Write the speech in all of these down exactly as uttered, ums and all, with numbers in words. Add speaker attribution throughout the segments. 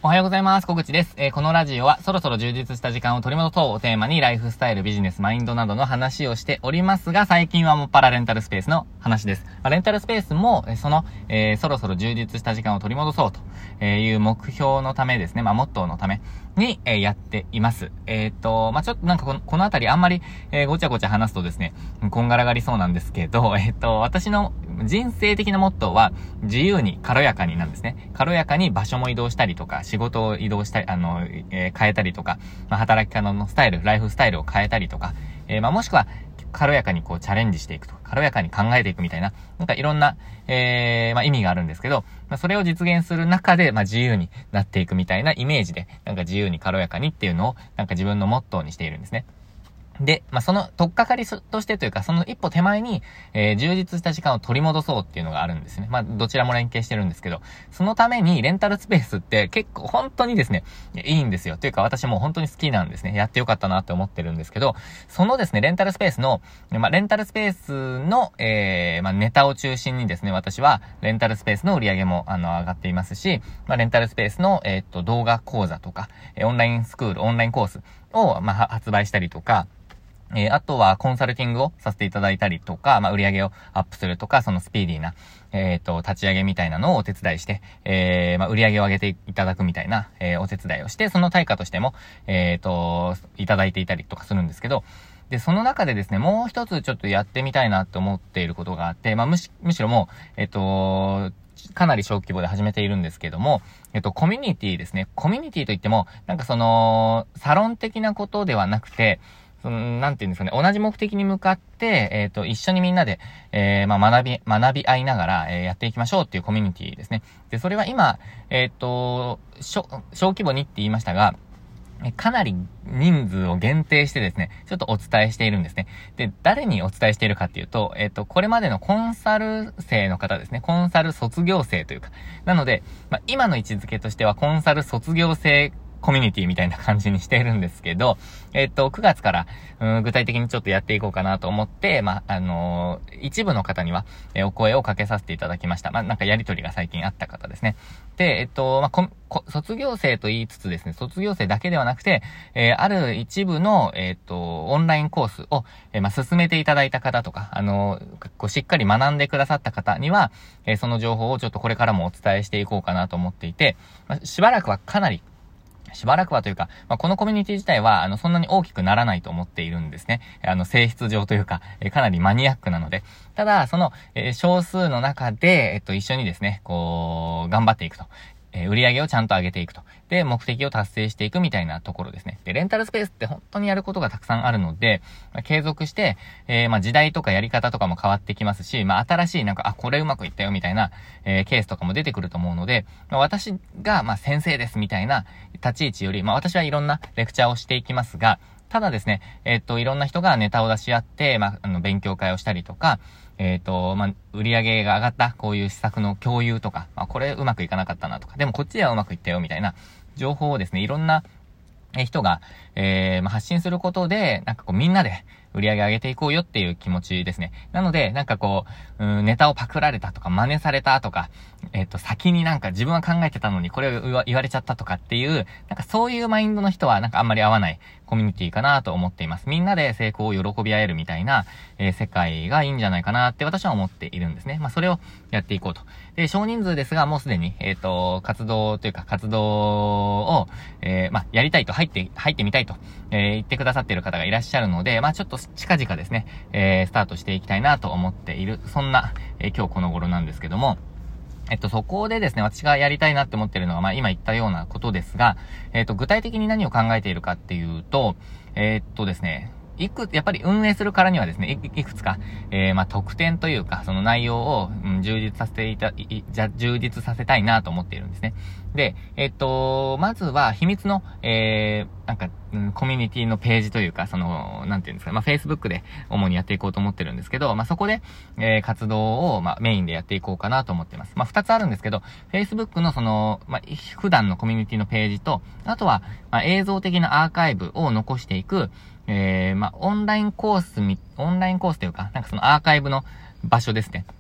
Speaker 1: おはようございます。小口です。えー、このラジオはそろそろ充実した時間を取り戻そうをテーマにライフスタイル、ビジネス、マインドなどの話をしておりますが、最近はもっぱらレンタルスペースの話です。まあ、レンタルスペースも、その、えー、そろそろ充実した時間を取り戻そうという目標のためですね、まあ、モットーのために、えー、やっています。えっと、まあ、ちょっとなんかこの、このあたりあんまり、えー、ごちゃごちゃ話すとですね、こんがらがりそうなんですけど、えっと、私の人生的なモットーは、自由に軽やかになんですね。軽やかに場所も移動したりとか、仕事を移動したり、あの、えー、変えたりとか、まあ、働き方のスタイル、ライフスタイルを変えたりとか、えー、まあ、もしくは、軽やかにこうチャレンジしていくとか、軽やかに考えていくみたいな、なんかいろんな、えー、まあ、意味があるんですけど、まあ、それを実現する中で、まあ、自由になっていくみたいなイメージで、なんか自由に軽やかにっていうのを、なんか自分のモットーにしているんですね。で、まあ、その、とっかかりとしてというか、その一歩手前に、えー、充実した時間を取り戻そうっていうのがあるんですね。まあ、どちらも連携してるんですけど、そのためにレンタルスペースって結構本当にですね、いいんですよ。というか私もう本当に好きなんですね。やってよかったなって思ってるんですけど、そのですね、レンタルスペースの、まあ、レンタルスペースの、えー、まあ、ネタを中心にですね、私は、レンタルスペースの売り上げも、あの、上がっていますし、まあ、レンタルスペースの、えー、っと、動画講座とか、オンラインスクール、オンラインコースを、まあ、発売したりとか、えー、あとはコンサルティングをさせていただいたりとか、まあ、売り上げをアップするとか、そのスピーディーな、えっと、立ち上げみたいなのをお手伝いして、えー、まあ、売り上げを上げていただくみたいな、えー、お手伝いをして、その対価としても、えっと、いただいていたりとかするんですけど、で、その中でですね、もう一つちょっとやってみたいなって思っていることがあって、まあ、むし、むしろもう、えっと、かなり小規模で始めているんですけども、えっと、コミュニティですね。コミュニティといっても、なんかその、サロン的なことではなくて、その、なんていうんですかね、同じ目的に向かって、えっと、一緒にみんなで、えー、まあ、学び、学び合いながら、えー、やっていきましょうっていうコミュニティですね。で、それは今、えっと、小、小規模にって言いましたが、かなり人数を限定してですね、ちょっとお伝えしているんですね。で、誰にお伝えしているかっていうと、えっと、これまでのコンサル生の方ですね。コンサル卒業生というか。なので、まあ、今の位置づけとしては、コンサル卒業生コミュニティみたいな感じにしているんですけど、えっと、くがつから、うん、具体的にちょっとやっていこうかなと思って、まあ、あのー、一部の方には、えー、お声をかけさせていただきました。まあ、なんかやりとりが最近あった方ですね。で、えっと、まあ、こ、こ、卒業生と言いつつですね、卒業生だけではなくて、えー、ある一部の、えっと、オンラインコースを、えー、まあ、進めていただいた方とか、あのー、こう、しっかり学んでくださった方には、えー、その情報をちょっとこれからもお伝えしていこうかなと思っていて、まあ、しばらくはかなり、しばらくはというか、まあ、このコミュニティ自体は、あの、そんなに大きくならないと思っているんですね。あの、性質上というか、えー、かなりマニアックなので。ただ、その、えー、少数の中で、えっと、一緒にですね、こう、頑張っていくと。えー、売り上げをちゃんと上げていくと。で、目的を達成していくみたいなところですね。で、レンタルスペースって本当にやることがたくさんあるので、まあ、継続して、えー、まあ、時代とかやり方とかも変わってきますし、まあ、新しいなんか、あ、これうまくいったよみたいな、えー、ケースとかも出てくると思うので、まあ、私が、まあ、先生ですみたいな立ち位置より、まあ、私はいろんなレクチャーをしていきますが、ただですね、えっと、いろんな人がネタを出し合って、まあ、あの、勉強会をしたりとか、えっと、まあ、売り上げが上がった、こういう施策の共有とか、まあ、これうまくいかなかったなとか、でもこっちではうまくいったよみたいな情報をですね、いろんな人が、えー、まあ、発信することで、なんかこうみんなで売り上げ上げていこうよっていう気持ちですね。なので、なんかこう、うん、ネタをパクられたとか、真似されたとか、えっと、先になんか自分は考えてたのにこれを言われちゃったとかっていう、なんかそういうマインドの人はなんかあんまり合わないコミュニティかなと思っています。みんなで成功を喜び合えるみたいな、えー、世界がいいんじゃないかなって私は思っているんですね。まあ、それをやっていこうと。で、少人数ですが、もうすでに、えっと、活動というか活動を、えー、まあ、やりたいと、入って、入ってみたいと、えー、言ってくださっている方がいらっしゃるので、まあ、ちょっと近々ですね、えー、スタートしていきたいなと思っている、そんな、えー、今日この頃なんですけども、えっと、そこでですね、私がやりたいなって思っているのは、まあ、今言ったようなことですが、えっと、具体的に何を考えているかっていうと、えー、っとですね、いく、やっぱり運営するからにはですね、い、いくつか、えー、まあ、特典というか、その内容を、うん、充実させていた、い、じゃ、充実させたいなと思っているんですね。で、えっと、まずは、秘密の、えー、なんか、うん、コミュニティのページというか、その、なんていうんですか、まあ、Facebook で主にやっていこうと思ってるんですけど、まあ、そこで、えー、活動を、まあ、メインでやっていこうかなと思っています。まあ、二つあるんですけど、Facebook のその、まあ、普段のコミュニティのページと、あとは、まあ、映像的なアーカイブを残していく、えー、まあ、オンラインコースみ、オンラインコースというか、なんかそのアーカイブの場所ですね。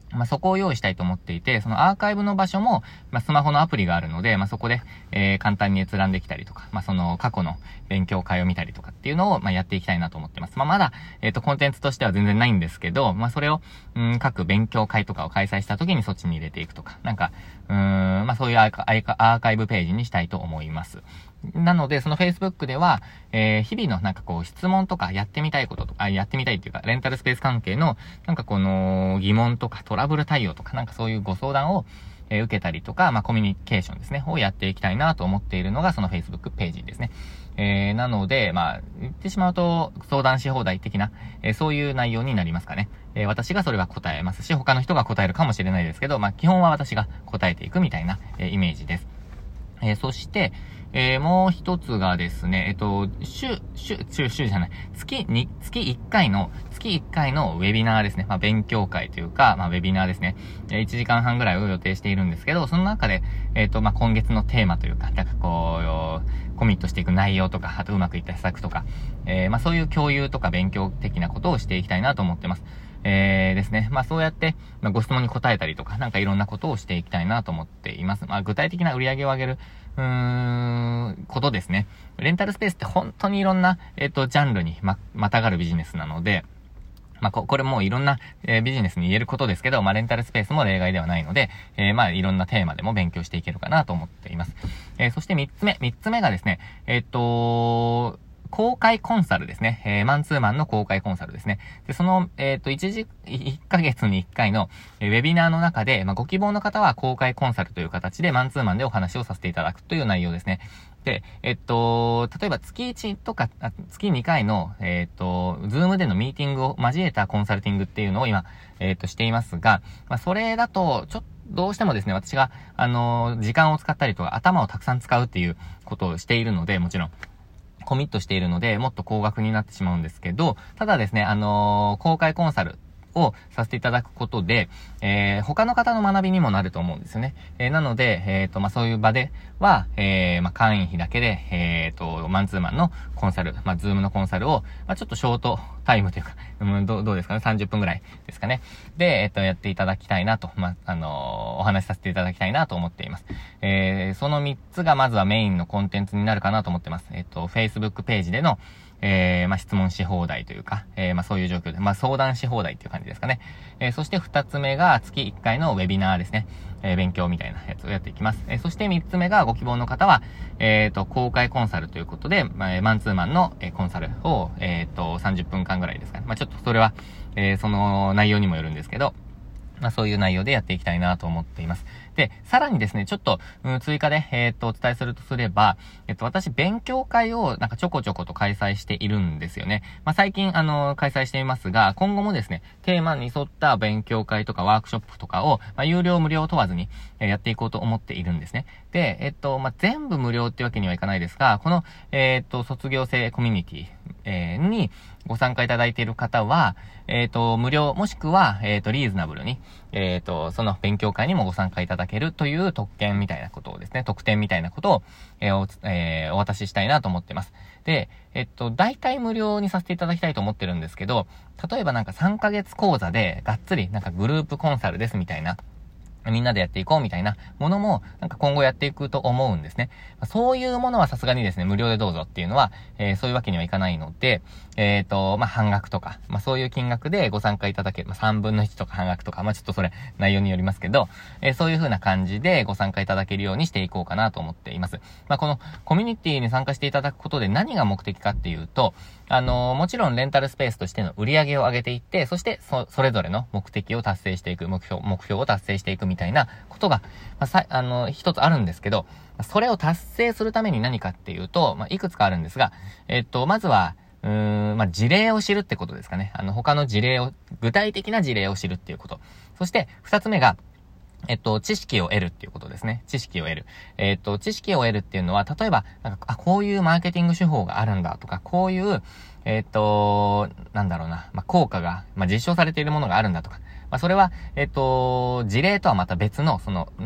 Speaker 1: まあ、そこを用意したいと思っていて、そのアーカイブの場所も、まあ、スマホのアプリがあるので、まあ、そこで、えー、簡単に閲覧できたりとか、まあ、その過去の勉強会を見たりとかっていうのを、まあ、やっていきたいなと思ってます。まあ、まだ、えっと、コンテンツとしては全然ないんですけど、まあ、それを、うん、各勉強会とかを開催した時にそっちに入れていくとか、なんか、うーん、まあ、そういうアーカ、アーカイブページにしたいと思います。なので、その Facebook では、えー、日々のなんかこう質問とかやってみたいこととか、やってみたいっていうか、レンタルスペース関係の、なんかこの疑問とかトラブル対応とか、なんかそういうご相談を、えー、受けたりとか、まあコミュニケーションですね、をやっていきたいなと思っているのがその Facebook ページですね。えー、なので、まあ、言ってしまうと相談し放題的な、えー、そういう内容になりますかね。えー、私がそれは答えますし、他の人が答えるかもしれないですけど、まあ基本は私が答えていくみたいな、えー、イメージです。えー、そして、えー、もう一つがですね、えっと、週、週、週、週じゃない、月に、月いっかいの、月いっかいのウェビナーですね。まあ、勉強会というか、まあ、ウェビナーですね。えー、いちじかんはんぐらいを予定しているんですけど、その中で、えっと、まあ、今月のテーマというか、なんかこう、コミットしていく内容とか、あとうまくいった施策とか、えー、まあ、そういう共有とか勉強的なことをしていきたいなと思ってます。えー、ですね。まあそうやって、まあ、ご質問に答えたりとか、なんかいろんなことをしていきたいなと思っています。まあ具体的な売り上げを上げる、うーん、ことですね。レンタルスペースって本当にいろんな、えっと、ジャンルにま、またがるビジネスなので、まあ、こ、これもういろんな、えー、ビジネスに言えることですけど、まあ、レンタルスペースも例外ではないので、えー、まあ、いろんなテーマでも勉強していけるかなと思っています。えー、そして三つ目、三つ目がですね、えっと、公開コンサルですね。えー、マンツーマンの公開コンサルですね。で、その、えっと、一時、一ヶ月に一回の、えー、ウェビナーの中で、まあ、ご希望の方は公開コンサルという形でマンツーマンでお話をさせていただくという内容ですね。で、えっと、例えば月いちとか、月にかいの、えっと、ズームでのミーティングを交えたコンサルティングっていうのを今、えっと、していますが、まあ、それだと、ちょっと、どうしてもですね、私が、あの、時間を使ったりとか、頭をたくさん使うっていうことをしているので、もちろん。コミットしているので、もっと高額になってしまうんですけど、ただですね、あのー、公開コンサルをさせていただくことで、えー、他の方の学びにもなると思うんですよね。えー、なので、えっと、まあ、そういう場では、えー、まあ、会員費だけで、えっと、マンツーマンのコンサル、まあ、ズームのコンサルを、まあ、ちょっとショートタイムというか、うん、どう、どうですかね、さんじゅっぷんぐらいですかね。で、えっと、やっていただきたいなと、まあ、あのー、お話しさせていただきたいなと思っています。えー、そのみっつがまずはメインのコンテンツになるかなと思ってます。えっと、Facebook ページでの、えー、まあ、質問し放題というか、えー、まあ、そういう状況で、まあ、相談し放題っていう感じですかね。えー、そして二つ目が月いっかいのウェビナーですね。えー、勉強みたいなやつをやっていきます。えー、そして三つ目がご希望の方は、えっと、公開コンサルということで、まあ、マンツーマンの、えー、コンサルを、えっと、さんじゅっぷんかんぐらいですかね。まあ、ちょっとそれは、えー、その内容にもよるんですけど、まあそういう内容でやっていきたいなと思っています。で、さらにですね、ちょっと、うん、追加で、えー、っと、お伝えするとすれば、えっと、私、勉強会をなんかちょこちょこと開催しているんですよね。まあ最近、あの、開催していますが、今後もですね、テーマに沿った勉強会とかワークショップとかを、まあ有料無料問わずに、えー、やっていこうと思っているんですね。で、えっと、まあ全部無料ってわけにはいかないですが、この、えー、っと、卒業生コミュニティ、えー、にご参加いただいている方は、えっと、無料、もしくは、えっと、リーズナブルに、えっと、その勉強会にもご参加いただけるという特権みたいなことをですね、特典みたいなことを、えー、お、えー、お渡ししたいなと思ってます。で、えっと、大体無料にさせていただきたいと思ってるんですけど、例えばなんかさんかげつ講座で、がっつりなんかグループコンサルですみたいな、みんなでやっていこうみたいなものも、なんか今後やっていくと思うんですね。そういうものはさすがにですね、無料でどうぞっていうのは、えー、そういうわけにはいかないので、えっと、まあ、半額とか、まあ、そういう金額でご参加いただける、まあ、さんぶんのいちとか半額とか、まあ、ちょっとそれ内容によりますけど、えー、そういう風な感じでご参加いただけるようにしていこうかなと思っています。まあ、このコミュニティに参加していただくことで何が目的かっていうと、あのー、もちろんレンタルスペースとしての売り上げを上げていって、そしてそ、それぞれの目的を達成していく、目標、目標を達成していくみたいなことが、まあ、さ、あのー、一つあるんですけど、それを達成するために何かっていうと、まあ、いくつかあるんですが、えっと、まずは、うーん、まあ、事例を知るってことですかね。あの、他の事例を、具体的な事例を知るっていうこと。そして、二つ目が、えっと、知識を得るっていうことですね。知識を得る。えっと、知識を得るっていうのは、例えば、なんか、あ、こういうマーケティング手法があるんだとか、こういう、えっと、なんだろうな、まあ、効果が、まあ、実証されているものがあるんだとか、まあ、それは、えっと、事例とはまた別の、その、なんか、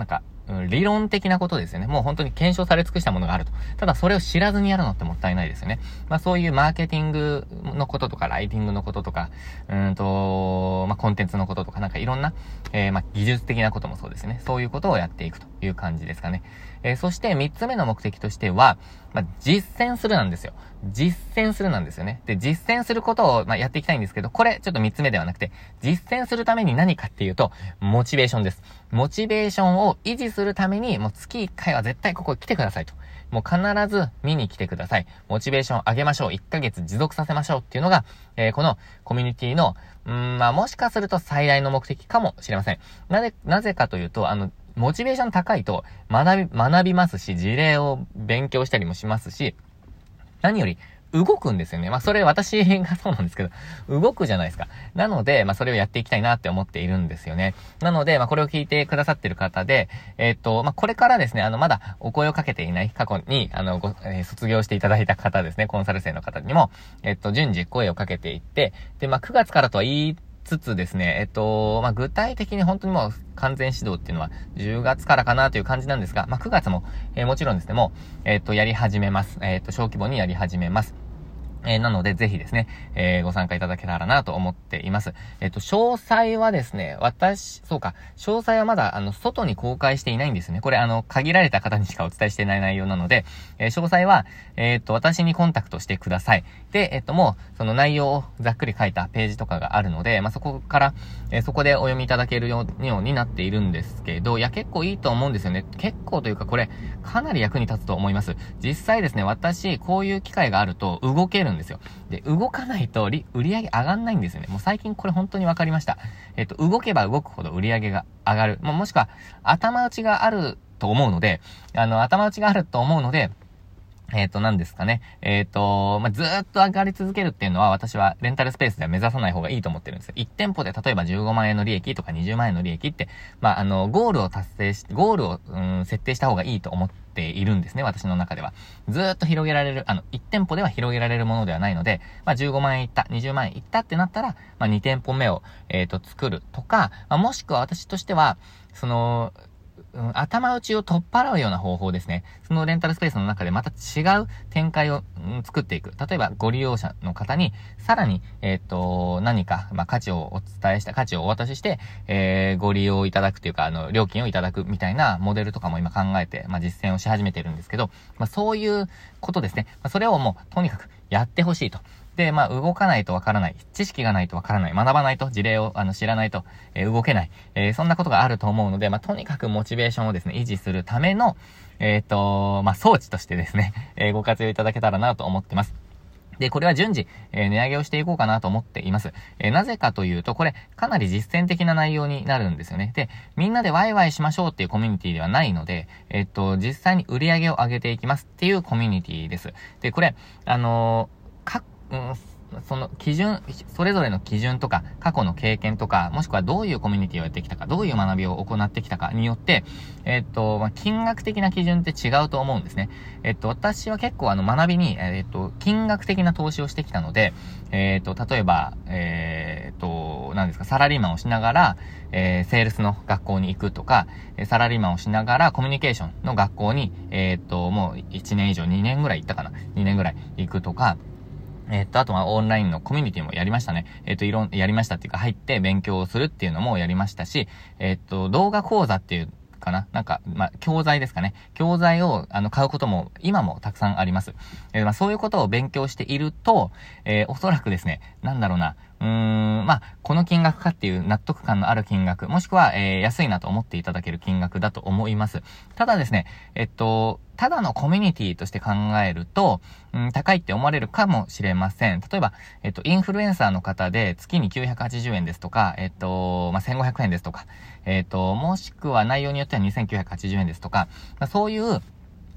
Speaker 1: 理論的なことですよね。もう本当に検証され尽くしたものがあると。ただそれを知らずにやるのってもったいないですよね。まあそういうマーケティングのこととか、ライティングのこととか、うーんと、まあコンテンツのこととか、なんかいろんな、えー、まあ技術的なこともそうですね。そういうことをやっていくという感じですかね。えー、そして三つ目の目的としては、まあ実践するなんですよ。実践するなんですよね。で、実践することを、まあ、やっていきたいんですけど、これちょっと三つ目ではなくて、実践するために何かっていうと、モチベーションです。モチベーションを維持するために、もう月いっかいは絶対ここに来てくださいと。もう必ず見に来てください。モチベーションを上げましょう。いっかげつ持続させましょうっていうのが、えー、このコミュニティの、うーん、まあ、もしかすると最大の目的かもしれません。なぜ、なぜかというと、あの、モチベーション高いと学び、学びますし、事例を勉強したりもしますし、何より、動くんですよね。まあ、それ私がそうなんですけど、動くじゃないですか。なので、まあ、それをやっていきたいなって思っているんですよね。なので、まあ、これを聞いてくださってる方で、えー、っと、まあ、これからですね、あの、まだお声をかけていない過去に、あの、ご、えー、卒業していただいた方ですね、コンサル生の方にも、えー、っと、順次声をかけていって、で、まあ、くがつからとは言いつつですね、えっと、まあ、具体的に本当にもう完全指導っていうのはじゅうがつからかなという感じなんですが、まあ、くがつも、えー、もちろんですね、もう、えっと、やり始めます。えっと、小規模にやり始めます。えー、なので、ぜひですね、えー、ご参加いただけたらなと思っています。えっと、詳細はですね、私、そうか、詳細はまだ、あの、外に公開していないんですね。これ、あの、限られた方にしかお伝えしていない内容なので、えー、詳細は、えっと、私にコンタクトしてください。で、えっと、もう、その内容をざっくり書いたページとかがあるので、まあ、そこから、えー、そこでお読みいただけるようになっているんですけど、いや、結構いいと思うんですよね。結構というか、これ、かなり役に立つと思います。実際ですね、私、こういう機会があると、動けるんですよ。で、動かないと売り上げ上がんないんですよね。もう最近これ本当に分かりました。えっと、動けば動くほど売り上げが上がる。も, もしくは、頭打ちがあると思うので、あの、頭打ちがあると思うので、えっと、何ですかね。えっと、まあ、ずーっと上がり続けるっていうのは、私はレンタルスペースでは目指さない方がいいと思ってるんですよ。いち店舗で例えばじゅうごまんえんの利益とかにじゅうまんえんの利益って、まあ、あの、ゴールを達成し、ゴールを、うん、設定した方がいいと思っているんですね、私の中では。ずーっと広げられる、あの、いち店舗では広げられるものではないので、まあ、じゅうごまんえんいった、にじゅうまんえんいったってなったら、まあ、に店舗目を、えっと、作るとか、まあ、もしくは私としては、その、うん、頭打ちを取っ払うような方法ですね。そのレンタルスペースの中でまた違う展開を、うん、作っていく。例えばご利用者の方にさらに、えっと、何か、まあ、価値をお伝えした、価値をお渡しして、えー、ご利用いただくというか、あの、料金をいただくみたいなモデルとかも今考えて、まあ、実践をし始めてるんですけど、まあ、そういうことですね。まあ、それをもう、とにかくやってほしいと。で、まあ、動かないとわからない。知識がないとわからない。学ばないと、事例をあの知らないと、えー、動けない。えー、そんなことがあると思うので、まあ、とにかくモチベーションをですね、維持するための、えっと、まあ、装置としてですね、えー、ご活用いただけたらなと思ってます。で、これは順次、えー、値上げをしていこうかなと思っています。えー、なぜかというと、これ、かなり実践的な内容になるんですよね。で、みんなでワイワイしましょうっていうコミュニティではないので、えっと、実際に売り上げを上げていきますっていうコミュニティです。で、これ、あのー、か、うん、その基準、それぞれの基準とか、過去の経験とか、もしくはどういうコミュニティをやってきたか、どういう学びを行ってきたかによって、えっと、まあ、金額的な基準って違うと思うんですね。えっと、私は結構あの学びに、えっと、金額的な投資をしてきたので、えっと、例えば、えっと、何ですか、サラリーマンをしながら、えー、セールスの学校に行くとか、サラリーマンをしながらコミュニケーションの学校に、えっと、もういちねん以上、にねんぐらい行ったかな。にねんぐらい行くとか、えっと、あとはオンラインのコミュニティもやりましたね。えっと、いろん、やりましたっていうか入って勉強をするっていうのもやりましたし、えっと、動画講座っていうかななんか、まあ、教材ですかね。教材を、あの、買うことも、今もたくさんあります。えー、まあ、そういうことを勉強していると、えー、おそらくですね、なんだろうな、うーん、まあ、この金額かっていう納得感のある金額、もしくは、えー、安いなと思っていただける金額だと思います。ただですね、えっと、ただのコミュニティとして考えると、うん、高いって思われるかもしれません。例えば、えっと、インフルエンサーの方で月にきゅうひゃくはちじゅうえんですとか、えっと、まあ、せんごひゃくえんですとか、えっと、もしくは内容によってはにせんきゅうひゃくはちじゅうえんですとか、まあ、そういう、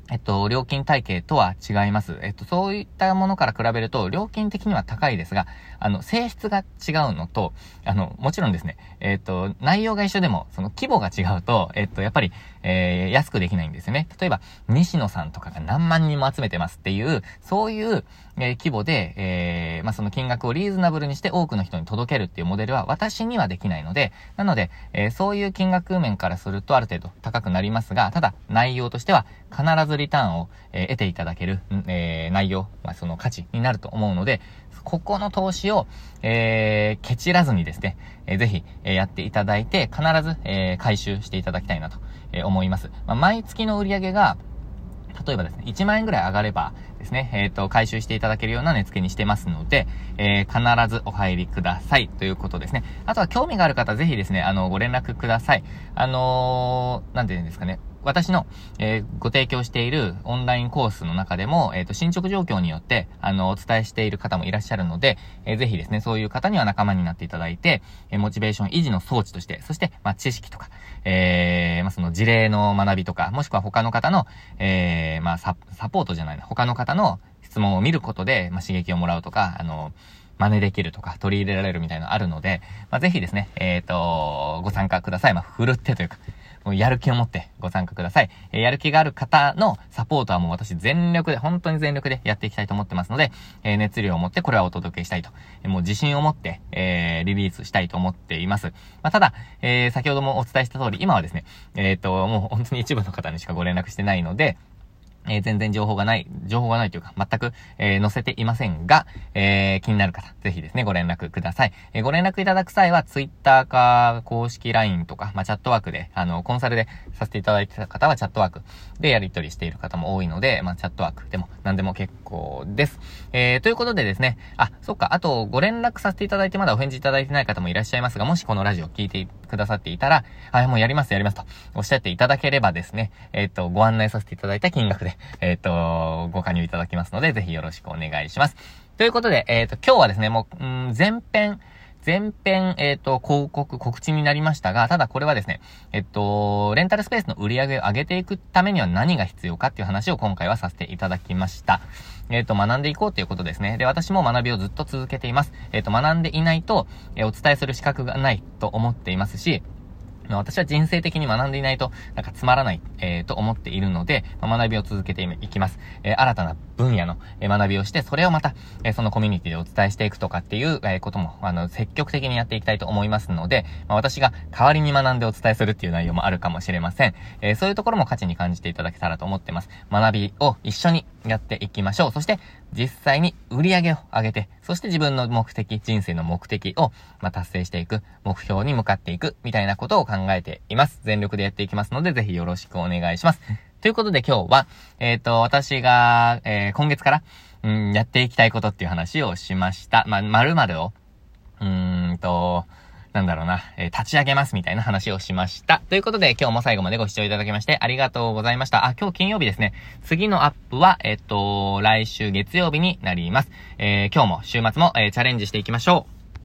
Speaker 1: えっと、料金体系とは違います。えっと、そういったものから比べると、料金的には高いですが、あの、性質が違うのと、あの、もちろんですね、えっと、内容が一緒でも、その規模が違うと、えっと、やっぱり、えー、安くできないんですよね。例えば、西野さんとかが何万人も集めてますっていう、そういう、えー、規模で、えー、まあ、その金額をリーズナブルにして多くの人に届けるっていうモデルは私にはできないので、なので、えー、そういう金額面からするとある程度高くなりますが、ただ、内容としては必ずリターンを、えー、得ていただける、えー、内容、まあ、その価値になると思うので、ここの投資を、えー、ケチらずにですね、えー、ぜひ、えー、やっていただいて、必ず、えー、回収していただきたいなと、えー、思います。まあ、毎月の売り上げが、例えばですね、いちまんえんぐらい上がればですね、えっと、回収していただけるような値付けにしてますので、えー、必ずお入りくださいということですね。あとは興味がある方、ぜひですね、あの、ご連絡ください。あのー、なんて言うんですかね。私の、えー、ご提供しているオンラインコースの中でも、えっと、進捗状況によって、あの、お伝えしている方もいらっしゃるので、えー、ぜひですね、そういう方には仲間になっていただいて、えー、モチベーション維持の装置として、そして、まあ、知識とか、えー、まあ、その事例の学びとか、もしくは他の方の、えー、まあ、サ、サポートじゃないな、他の方の質問を見ることで、まあ、刺激をもらうとか、あの、真似できるとか、取り入れられるみたいなのあるので、まあ、ぜひですね、えっと、ご参加ください。まあ、振るってというか、もうやる気を持ってご参加ください。えー、やる気がある方のサポートはもう私全力で、本当に全力でやっていきたいと思ってますので、えー、熱量を持ってこれはお届けしたいと。えー、もう自信を持って、えー、リリースしたいと思っています。まあ、ただ、えー、先ほどもお伝えした通り、今はですね、えっと、もう本当に一部の方にしかご連絡してないので、えー、全然情報がない、情報がないというか、全く、えー、載せていませんが、えー、気になる方、ぜひですね、ご連絡ください。えー、ご連絡いただく際は、ツイッターか、公式 ライン とか、まあ、チャットワークで、あの、コンサルでさせていただいてた方は、チャットワークでやり取りしている方も多いので、まあ、チャットワークでも、何でも結構です。えー、ということでですね、あ、そっか、あと、ご連絡させていただいて、まだお返事いただいてない方もいらっしゃいますが、もしこのラジオ聞いてくださっていたら、あ、もうやります、やりますと、おっしゃっていただければですね、えっと、ご案内させていただいた金額で、えっと、ご加入いただきますので、ぜひよろしくお願いします。ということで、えっと、今日はですね、もう、うん、前編、前編、えっと、広告、告知になりましたが、ただこれはですね、えっと、レンタルスペースの売り上げを上げていくためには何が必要かっていう話を今回はさせていただきました。えっと、学んでいこうということですね。で、私も学びをずっと続けています。えっと、学んでいないと、えー、お伝えする資格がないと思っていますし、私は人生的に学んでいないと、なんかつまらない、えー、と思っているので、まあ、学びを続けていきます。えー、新たな分野の、えー、学びをして、それをまた、えー、そのコミュニティでお伝えしていくとかっていう、えー、ことも、あの、積極的にやっていきたいと思いますので、まあ、私が代わりに学んでお伝えするっていう内容もあるかもしれません。えー、そういうところも価値に感じていただけたらと思ってます。学びを一緒にやっていきましょう。そして、実際に売り上げを上げて、そして自分の目的、人生の目的を、まあ、達成していく、目標に向かっていく、みたいなことを考えています。全力でやっていきますので、ぜひよろしくお願いします。ということで今日は、えっと、私が、えー、今月から、うん、やっていきたいことっていう話をしました。まあ、〇〇を、うーんと、なんだろうな、えー、立ち上げますみたいな話をしました。ということで今日も最後までご視聴いただきましてありがとうございました。あ、今日金曜日ですね。次のアップは、えっと、来週月曜日になります。えー、今日も週末も、えー、チャレンジしていきましょう。